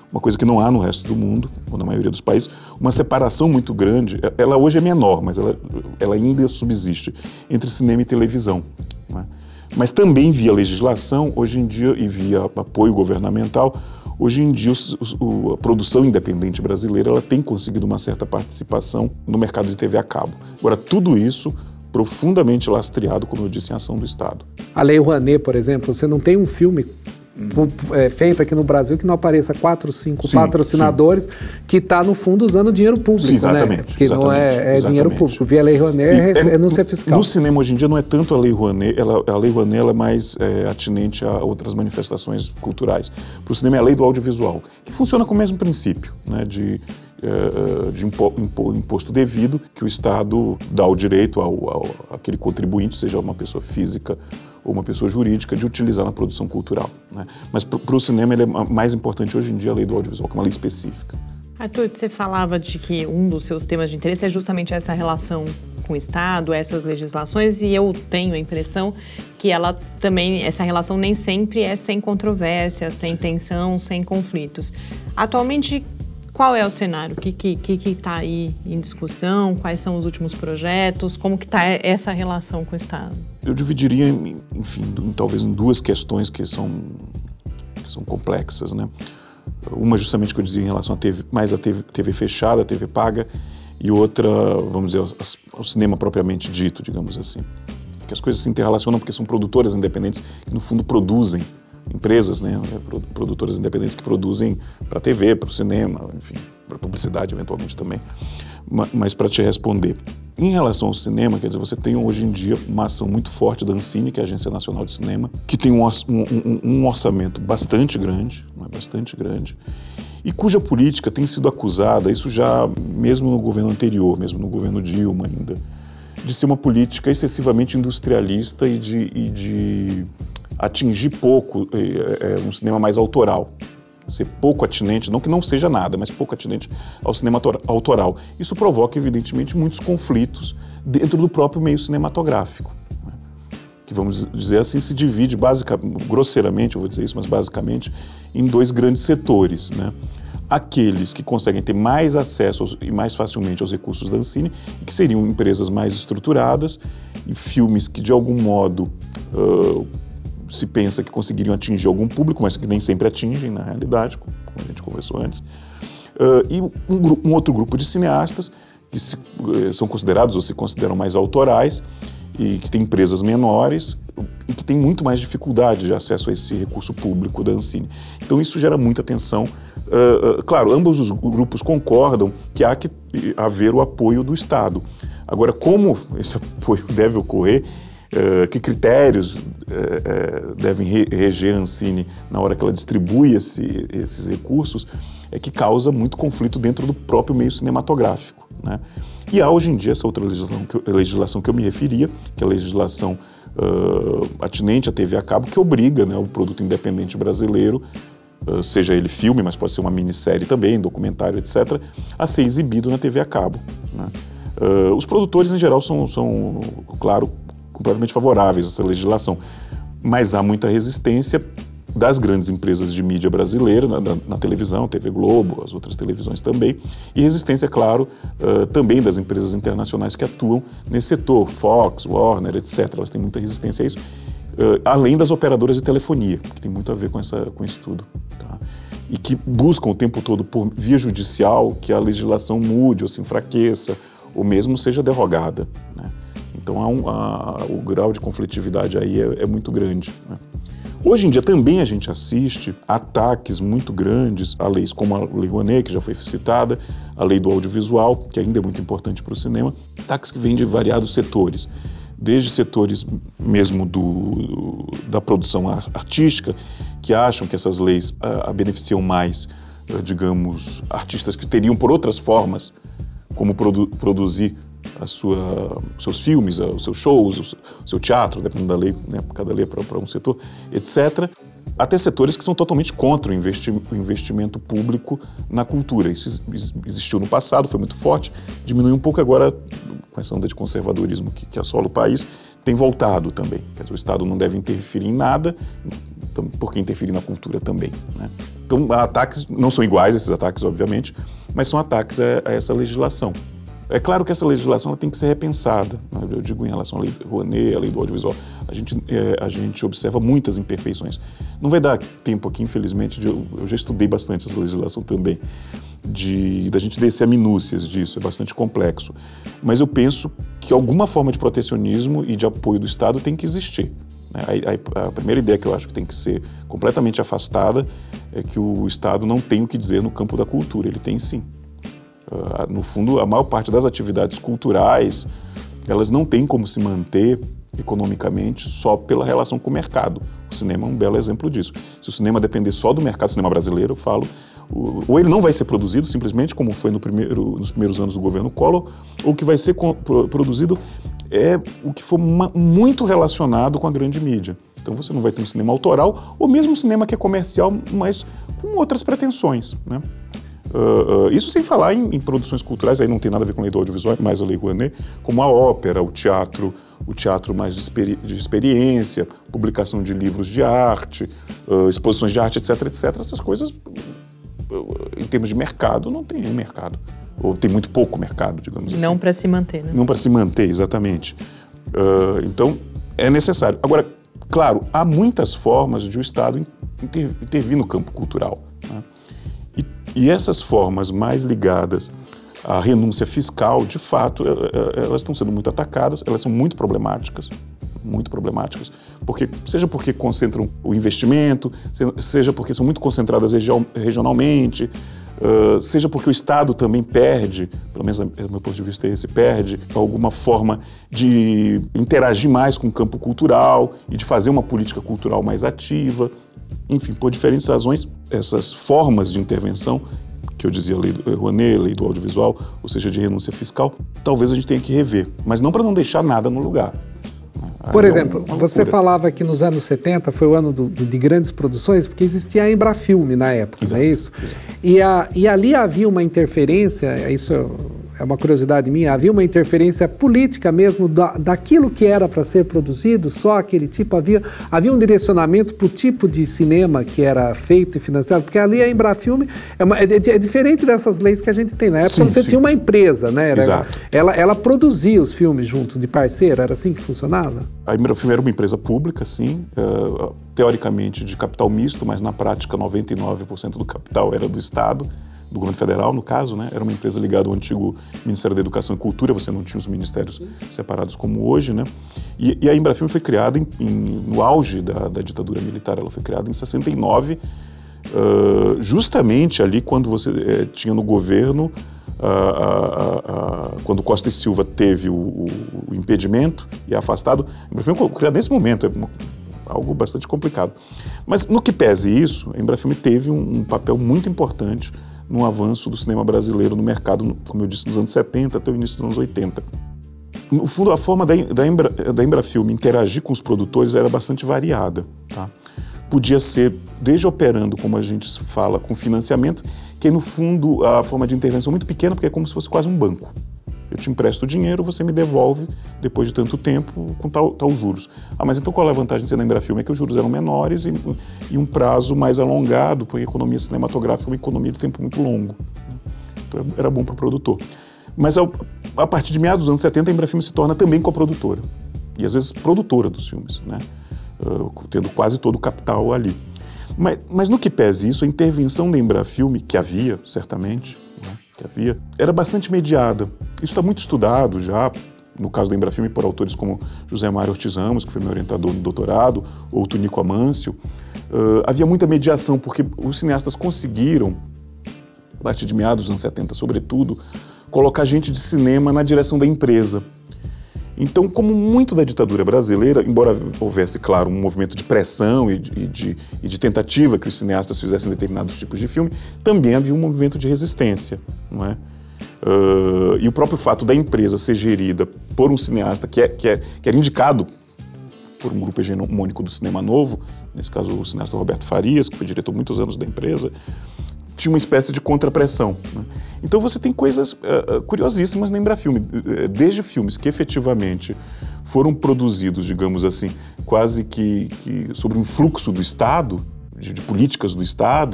uma coisa que não há no resto do mundo, ou na maioria dos países, uma separação muito grande. Ela hoje é menor, mas ela ainda subsiste entre cinema e televisão, né? Mas também via legislação, hoje em dia, e via apoio governamental, hoje em dia a produção independente brasileira ela tem conseguido uma certa participação no mercado de TV a cabo. Agora, tudo isso profundamente lastreado, como eu disse, em ação do Estado. A Lei Rouanet, por exemplo, você não tem um filme feito aqui no Brasil que não apareça 4, 5 patrocinadores que está, no fundo, usando dinheiro público, exatamente, né? Que não é dinheiro público. Via Lei Rouanet é renúncia fiscal. No cinema, hoje em dia, não é tanto a Lei Rouanet, a Lei Rouanet ela é mais atinente a outras manifestações culturais. Para o cinema é a Lei do Audiovisual, que funciona com o mesmo princípio, né, de imposto devido, que o Estado dá o direito àquele contribuinte, seja uma pessoa física ou uma pessoa jurídica, de utilizar na produção cultural, né? Mas para o cinema ele é mais importante hoje em dia a Lei do Audiovisual, que é uma lei específica. Arthur, você falava de que um dos seus temas de interesse é justamente essa relação com o Estado, essas legislações, e eu tenho a impressão que ela também, essa relação nem sempre é sem controvérsia, sem tensão, sem conflitos. Atualmente, qual é o cenário? O que está aí em discussão? Quais são os últimos projetos? Como que está essa relação com o Estado? Eu dividiria, enfim, talvez em duas questões que são complexas, né? Uma justamente que eu dizia em relação a TV fechada, a TV paga, e outra, vamos dizer, ao cinema propriamente dito, digamos assim. Que as coisas se interrelacionam porque são produtoras independentes que, no fundo, produzem. Empresas, né, produtoras independentes que produzem para a TV, para o cinema, enfim, para publicidade eventualmente também. Mas para te responder, em relação ao cinema, quer dizer, você tem hoje em dia uma ação muito forte da Ancine, que é a Agência Nacional de Cinema, que tem um orçamento bastante grande, e cuja política tem sido acusada, isso já mesmo no governo anterior, mesmo no governo Dilma ainda, de ser uma política excessivamente industrialista e de atingir pouco um cinema mais autoral, ser pouco atinente, não que não seja nada, mas pouco atinente ao cinema autoral. Isso provoca, evidentemente, muitos conflitos dentro do próprio meio cinematográfico, né? Que, vamos dizer assim, se divide grosseiramente, eu vou dizer isso, mas basicamente, em dois grandes setores, né? Aqueles que conseguem ter mais acesso e mais facilmente aos recursos da Ancine, que seriam empresas mais estruturadas e filmes que, de algum modo, se pensa que conseguiriam atingir algum público, mas que nem sempre atingem, na realidade, como a gente conversou antes. E um outro grupo de cineastas que são considerados ou se consideram mais autorais e que têm empresas menores e que têm muito mais dificuldade de acesso a esse recurso público da Ancine. Então isso gera muita tensão. Claro, ambos os grupos concordam que há que haver o apoio do Estado. Agora, como esse apoio deve ocorrer, que critérios devem reger a Ancine na hora que ela distribui esses recursos, é que causa muito conflito dentro do próprio meio cinematográfico, né? E há hoje em dia essa outra legislação que eu me referia, que é a legislação atinente à TV a cabo, que obriga, né, o produto independente brasileiro, seja ele filme, mas pode ser uma minissérie também, documentário, etc., a ser exibido na TV a cabo, né? Os produtores, em geral, são, claro, completamente favoráveis a essa legislação, mas há muita resistência das grandes empresas de mídia brasileira, na televisão, TV Globo, as outras televisões também, e resistência, claro, também das empresas internacionais que atuam nesse setor, Fox, Warner, etc. Elas têm muita resistência a isso, além das operadoras de telefonia, que tem muito a ver com isso tudo, tá? E que buscam o tempo todo, por via judicial, que a legislação mude ou se enfraqueça, ou mesmo seja derrogada, né? Então o grau de conflitividade aí é muito grande, né? Hoje em dia também a gente assiste ataques muito grandes a leis como a Lei Rouanet, que já foi citada, a Lei do Audiovisual, que ainda é muito importante para o cinema, ataques que vêm de variados setores, desde setores mesmo da produção artística, que acham que essas leis beneficiam mais, digamos, artistas que teriam por outras formas como produzir seus filmes, os seus shows, o seu teatro, dependendo da lei, né, cada lei para um setor, etc. Até setores que são totalmente contra o investimento público na cultura. Isso existiu no passado, foi muito forte, diminuiu um pouco agora, com essa onda de conservadorismo que assola o país, tem voltado também. Quer dizer, o Estado não deve interferir em nada, por que interferir na cultura também, né? Então, ataques não são iguais, esses ataques, obviamente, mas são ataques a essa legislação. É claro que essa legislação ela tem que ser repensada, né? Eu digo em relação à Lei Rouanet, à Lei do Audiovisual, a gente observa muitas imperfeições. Não vai dar tempo aqui, infelizmente, eu já estudei bastante essa legislação também, da gente descer a minúcias disso, é bastante complexo. Mas eu penso que alguma forma de protecionismo e de apoio do Estado tem que existir. A primeira ideia que eu acho que tem que ser completamente afastada é que o Estado não tem o que dizer no campo da cultura, ele tem sim. No fundo, a maior parte das atividades culturais, elas não têm como se manter economicamente só pela relação com o mercado. O cinema é um belo exemplo disso. Se o cinema depender só do mercado, cinema brasileiro, eu falo, ou ele não vai ser produzido simplesmente como foi nos primeiros anos do governo Collor, ou o que vai ser produzido é o que for muito relacionado com a grande mídia. Então você não vai ter um cinema autoral, ou mesmo um cinema que é comercial, mas com outras pretensões, né? Isso sem falar em produções culturais, aí não tem nada a ver com a Lei do Audiovisual, mais a Lei Rouanet, como a ópera, o teatro mais de experiência, publicação de livros de arte, exposições de arte, etc, etc. Essas coisas, em termos de mercado, não tem mercado. Ou tem muito pouco mercado, digamos assim. Não para se manter, né? Não para se manter, exatamente. Então, é necessário. Agora, claro, há muitas formas de o Estado intervir no campo cultural, né? E essas formas mais ligadas à renúncia fiscal, de fato, elas estão sendo muito atacadas, elas são muito problemáticas, seja porque concentram o investimento, seja porque são muito concentradas regionalmente, seja porque o Estado também perde, pelo menos do meu ponto de vista perde alguma forma de interagir mais com o campo cultural e de fazer uma política cultural mais ativa. Enfim, por diferentes razões, essas formas de intervenção, que eu dizia, Lei do Rouanet, Lei do Audiovisual, ou seja, de renúncia fiscal, talvez a gente tenha que rever, mas não para não deixar nada no lugar. Por exemplo, você falava que nos anos 70 foi o ano de grandes produções, porque existia a Embrafilme na época, exato, não é isso? Exato. E ali havia uma interferência, isso é uma curiosidade minha, havia uma interferência política mesmo daquilo que era para ser produzido, só aquele tipo, havia um direcionamento para o tipo de cinema que era feito e financiado, porque ali a Embrafilme é diferente dessas leis que a gente tem. Na época você tinha uma empresa, né? Ela produzia os filmes junto de parceiro, era assim que funcionava? A Embrafilme era uma empresa pública, sim, teoricamente de capital misto, mas na prática 99% do capital era do Estado, do governo federal, no caso, né? Era uma empresa ligada ao antigo Ministério da Educação e Cultura, você não tinha os ministérios separados como hoje, né? E a Embrafilme foi criada no auge da ditadura militar, ela foi criada em 69, justamente ali quando você tinha no governo, quando Costa e Silva teve o impedimento e é afastado, a Embrafilme foi criada nesse momento, é algo bastante complicado. Mas no que pese isso, a Embrafilme teve um papel muito importante no avanço do cinema brasileiro no mercado, como eu disse, nos anos 70 até o início dos anos 80. No fundo, a forma da Embrafilme interagir com os produtores era bastante variada, tá? Podia ser desde operando, como a gente fala, com financiamento, que no fundo a forma de intervenção é muito pequena, porque é como se fosse quase um banco. Eu te empresto o dinheiro, você me devolve depois de tanto tempo com tal juros. Mas então qual é a vantagem de ser na Embrafilme? É que os juros eram menores e um prazo mais alongado, porque a economia cinematográfica é uma economia de tempo muito longo, né? Então era bom para o produtor. Mas a partir de meados dos anos 70, a Embrafilme se torna também coprodutora. E às vezes produtora dos filmes, né? Tendo quase todo o capital ali. Mas no que pese isso, a intervenção da Embrafilme, que havia, certamente, era bastante mediada. Isso está muito estudado já, no caso da Embrafilme, por autores como José Mário Ortiz Ramos, que foi meu orientador no doutorado, ou Tunico Amâncio. Havia muita mediação, porque os cineastas conseguiram, a partir de meados dos anos 70, sobretudo, colocar gente de cinema na direção da empresa. Então, como muito da ditadura brasileira, embora houvesse, claro, um movimento de pressão e de tentativa que os cineastas fizessem determinados tipos de filme, também havia um movimento de resistência, não é? E o próprio fato da empresa ser gerida por um cineasta que era indicado por um grupo hegemônico do cinema novo, nesse caso o cineasta Roberto Farias, que foi diretor muitos anos da empresa, tinha uma espécie de contrapressão, né? Então você tem coisas curiosíssimas na Embrafilme, desde filmes que efetivamente foram produzidos, digamos assim, quase que sobre um fluxo do Estado, de políticas do Estado,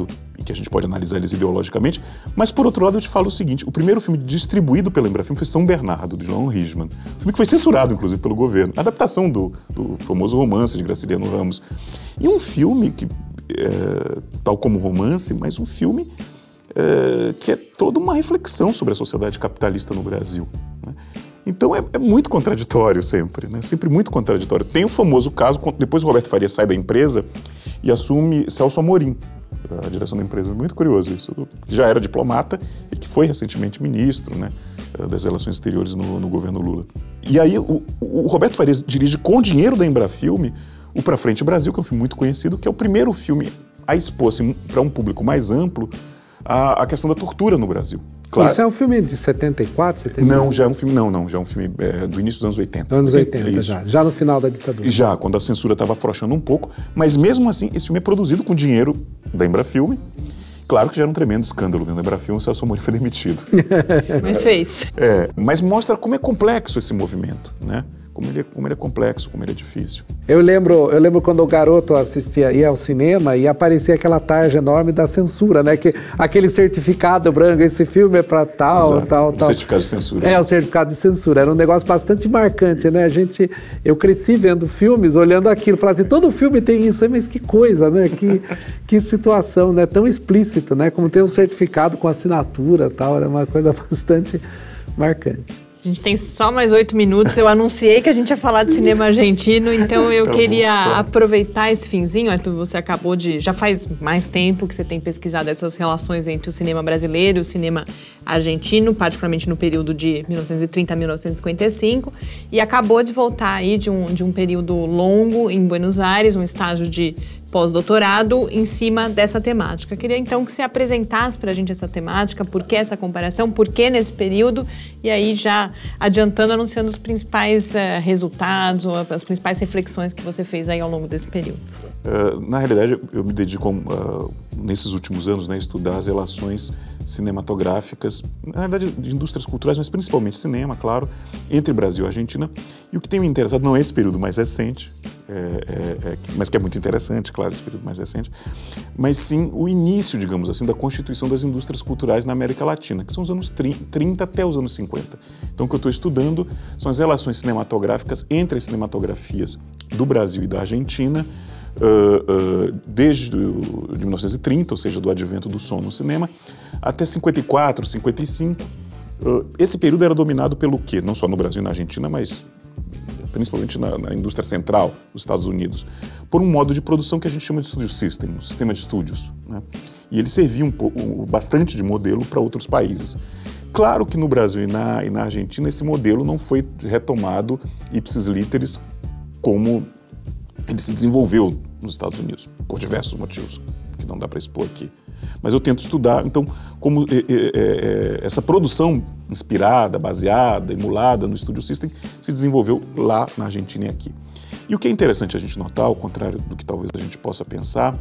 que a gente pode analisar eles ideologicamente, mas por outro lado eu te falo o seguinte, o primeiro filme distribuído pela Embrafilme foi São Bernardo, do João Hirschman, um filme que foi censurado, inclusive, pelo governo, adaptação do famoso Romance, de Graciliano Ramos, e um filme que, tal como Romance, mas um filme que é toda uma reflexão sobre a sociedade capitalista no Brasil, né? Então é muito contraditório sempre, né? Sempre muito contraditório. Tem o famoso caso, depois o Roberto Faria sai da empresa e assume Celso Amorim, a direção da empresa. Muito curioso isso. Já era diplomata e que foi recentemente ministro, né, das Relações Exteriores no governo Lula. E aí o Roberto Faria dirige com o dinheiro da Embrafilme o Pra Frente Brasil, que é um filme muito conhecido, que é o primeiro filme a expor assim, para um público mais amplo a questão da tortura no Brasil. Claro. Isso é um filme de 74, 75? Não, já é um filme, já é um filme do início dos anos 80. Anos 80, já no final da ditadura. Já, quando a censura estava afrouxando um pouco, mas mesmo assim, esse filme é produzido com dinheiro da Embrafilme. Claro que já era um tremendo escândalo dentro da Embrafilme, o Celso Amorim foi demitido. Mas fez. Mas mostra como é complexo esse movimento, né? Como ele é complexo, como ele é difícil. Eu lembro quando o garoto ia ao cinema e aparecia aquela tarja enorme da censura, né? Aquele certificado branco, esse filme é para tal. O certificado de censura. O certificado de censura. Era um negócio bastante marcante, né? Eu cresci vendo filmes, olhando aquilo, falava assim, todo filme tem isso, mas que coisa, né? Que situação, né? Tão explícito, né? Como ter um certificado com assinatura e tal, era uma coisa bastante marcante. A gente tem só mais 8 minutos, eu anunciei que a gente ia falar de cinema argentino, então eu queria aproveitar esse finzinho, Arthur, você acabou já faz mais tempo que você tem pesquisado essas relações entre o cinema brasileiro e o cinema argentino, particularmente no período de 1930 a 1955, e acabou de voltar aí de um período longo em Buenos Aires, um estágio de pós-doutorado em cima dessa temática. Queria então que você apresentasse para a gente essa temática, por que essa comparação, por que nesse período, e aí já adiantando, anunciando os principais resultados ou as principais reflexões que você fez aí ao longo desse período. Na realidade, eu me dedico, nesses últimos anos, a estudar as relações cinematográficas, na realidade de indústrias culturais, mas principalmente cinema, claro, entre Brasil e Argentina. E o que tem me interessado não é esse período mais recente, mas que é muito interessante, claro, esse período mais recente, mas sim o início, digamos assim, da constituição das indústrias culturais na América Latina, que são os anos 30 até os anos 50. Então, o que eu estou estudando são as relações cinematográficas entre as cinematografias do Brasil e da Argentina, desde de 1930, ou seja, do advento do som no cinema, até 54, 55. Esse período era dominado pelo quê? Não só no Brasil e na Argentina, mas principalmente na indústria central dos Estados Unidos, por um modo de produção que a gente chama de studio system, um sistema de estúdios, né? E ele servia bastante de modelo para outros países. Claro que no Brasil e na Argentina esse modelo não foi retomado ipsis literis como ele se desenvolveu nos Estados Unidos, por diversos motivos que não dá para expor aqui. Mas eu tento estudar, então, como essa produção inspirada, baseada, emulada no Studio System se desenvolveu lá na Argentina e aqui. E o que é interessante a gente notar, ao contrário do que talvez a gente possa pensar,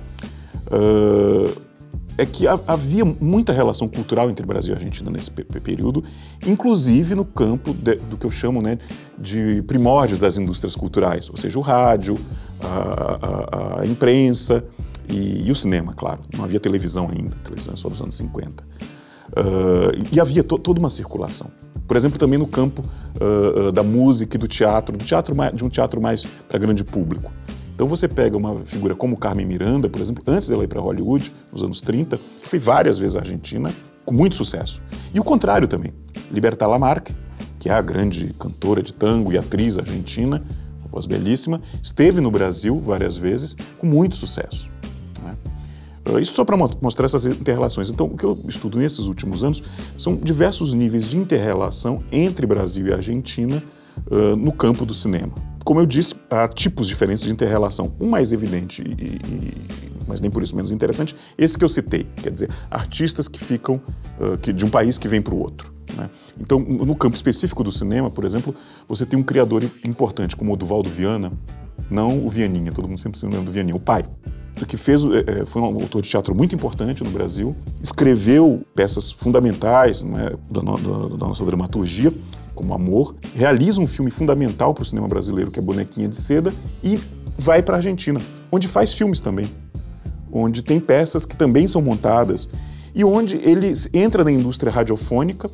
é que havia muita relação cultural entre Brasil e Argentina nesse período, inclusive no campo do que eu chamo, né, de primórdios das indústrias culturais, ou seja, o rádio, a imprensa e o cinema, claro. Não havia televisão ainda, televisão é só dos anos 50. E havia toda uma circulação. Por exemplo, também no campo da música e do teatro, de um teatro mais para grande público. Então você pega uma figura como Carmen Miranda, por exemplo, antes dela ir para Hollywood, nos anos 30, foi várias vezes à Argentina, com muito sucesso. E o contrário também. Libertad Lamarque, que é a grande cantora de tango e atriz argentina, uma voz belíssima, esteve no Brasil várias vezes, com muito sucesso. Isso só para mostrar essas inter-relações. Então, o que eu estudo nesses últimos anos são diversos níveis de inter-relação entre Brasil e Argentina no campo do cinema. Como eu disse, há tipos diferentes de inter-relação. Um mais evidente, mas nem por isso menos interessante, esse que eu citei. Quer dizer, artistas que ficam de um país que vem para o outro, né? Então, no campo específico do cinema, por exemplo, você tem um criador importante como o Oduvaldo Viana, não o Vianinha, todo mundo sempre se lembra do Vianinha, o pai, que foi um autor de teatro muito importante no Brasil, escreveu peças fundamentais, né, da nossa dramaturgia, como Amor, realiza um filme fundamental para o cinema brasileiro, que é Bonequinha de Seda, e vai para a Argentina, onde faz filmes também. onde tem peças que também são montadas e onde ele entra na indústria radiofônica,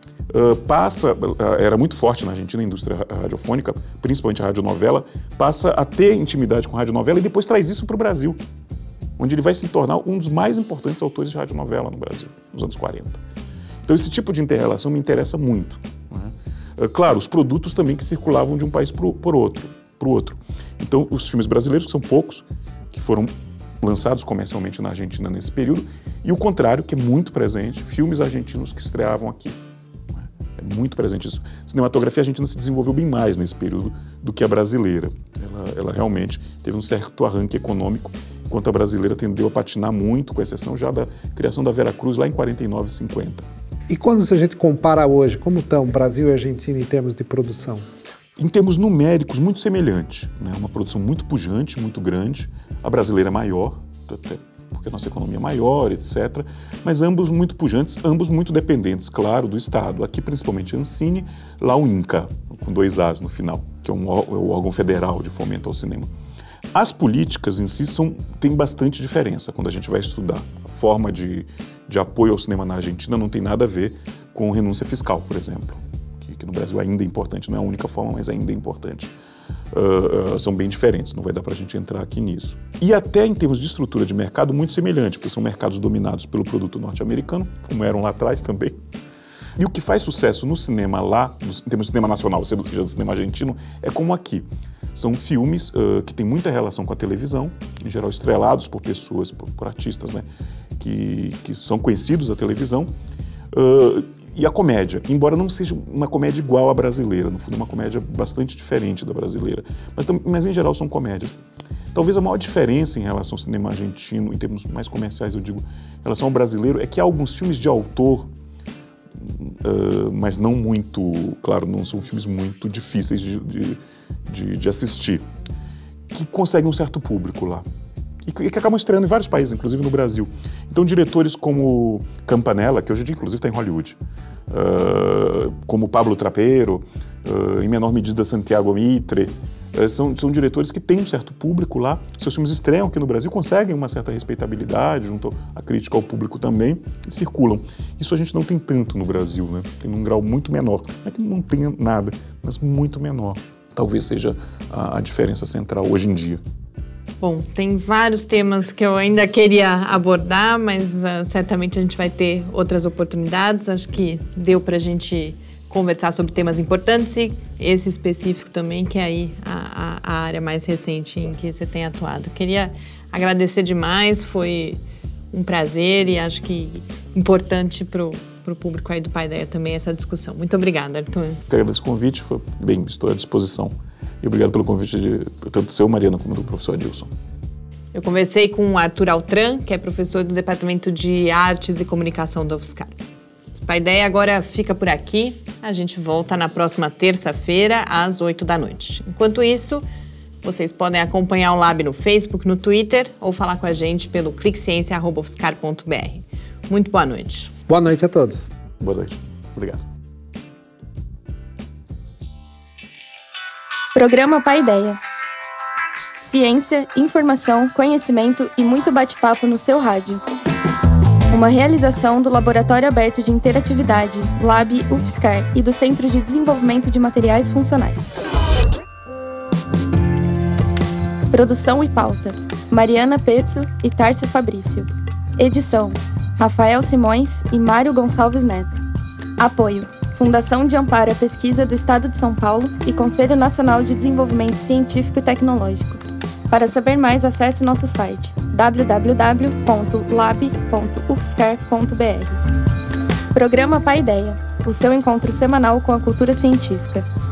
era muito forte na Argentina a indústria radiofônica, principalmente a radionovela, passa a ter intimidade com a radionovela e depois traz isso para o Brasil, onde ele vai se tornar um dos mais importantes autores de radionovela no Brasil, nos anos 40. Então esse tipo de inter-relação me interessa muito, né? Claro, os produtos também que circulavam de um país para o outro. Então os filmes brasileiros, que são poucos, que foram lançados comercialmente na Argentina nesse período, e o contrário, que é muito presente, filmes argentinos que estreavam aqui. É muito presente isso. A cinematografia argentina se desenvolveu bem mais nesse período do que a brasileira. Ela realmente teve um certo arranque econômico, enquanto a brasileira tendeu a patinar muito, com exceção já da criação da Vera Cruz lá em 49 e 50. E quando a gente compara hoje, como estão Brasil e Argentina em termos de produção? Em termos numéricos, muito semelhante, né? Uma produção muito pujante, muito grande. A brasileira é maior, até porque a nossa economia é maior, etc. Mas ambos muito pujantes, ambos muito dependentes, claro, do Estado. Aqui, principalmente, Ancine, lá o INCA, com 2 As no final, que é o órgão federal de fomento ao cinema. As políticas em si têm bastante diferença quando a gente vai estudar. A forma de apoio ao cinema na Argentina não tem nada a ver com renúncia fiscal, por exemplo, que no Brasil ainda é importante, não é a única forma, mas ainda é importante. São bem diferentes, não vai dar para a gente entrar aqui nisso. E até em termos de estrutura de mercado, muito semelhante, porque são mercados dominados pelo produto norte-americano, como eram lá atrás também. E o que faz sucesso no cinema lá, em termos de cinema nacional, seja do cinema argentino, é como aqui. São filmes que têm muita relação com a televisão, em geral estrelados por pessoas, por artistas, né, que são conhecidos da televisão, e a comédia, embora não seja uma comédia igual à brasileira, no fundo é uma comédia bastante diferente da brasileira, mas em geral são comédias. Talvez a maior diferença em relação ao cinema argentino, em termos mais comerciais, eu digo, em relação ao brasileiro, é que há alguns filmes de autor, mas não muito, claro, não são filmes muito difíceis de assistir, que conseguem um certo público lá. E que acabam estreando em vários países, inclusive no Brasil. Então, diretores como Campanella, que hoje em dia, inclusive, está em Hollywood, como Pablo Trapero, em menor medida Santiago Mitre, são diretores que têm um certo público lá. Seus filmes estreiam aqui no Brasil, conseguem uma certa respeitabilidade junto à crítica ao público também e circulam. Isso a gente não tem tanto no Brasil, né? Tem um grau muito menor. Não é que não tenha nada, mas muito menor. Talvez seja a diferença central hoje em dia. Bom, tem vários temas que eu ainda queria abordar, mas certamente a gente vai ter outras oportunidades. Acho que deu para a gente conversar sobre temas importantes e esse específico também, que é aí a área mais recente em que você tem atuado. Queria agradecer demais, foi um prazer e acho que importante para o público aí do Paideia também essa discussão. Muito obrigada, Arthur. Eu agradeço o convite, estou à disposição. E obrigado pelo convite tanto do seu, Mariana, como do professor Adilson. Eu conversei com o Arthur Altran, que é professor do Departamento de Artes e Comunicação da UFSCar. O Paideia agora fica por aqui. A gente volta na próxima terça-feira, às 20h. Enquanto isso, vocês podem acompanhar o Lab no Facebook, no Twitter ou falar com a gente pelo cliqueciência@ufscar.br. Muito boa noite. Boa noite a todos. Boa noite. Obrigado. Programa Paideia. Ciência, informação, conhecimento e muito bate-papo no seu rádio. Uma realização do Laboratório Aberto de Interatividade, Lab UFSCar, e do Centro de Desenvolvimento de Materiais Funcionais. Produção e pauta: Mariana Pezzo e Tárcio Fabrício. Edição: Rafael Simões e Mário Gonçalves Neto. Apoio: Fundação de Amparo à Pesquisa do Estado de São Paulo e Conselho Nacional de Desenvolvimento Científico e Tecnológico. Para saber mais, acesse nosso site www.lab.ufscar.br. Programa Paideia, o seu encontro semanal com a cultura científica.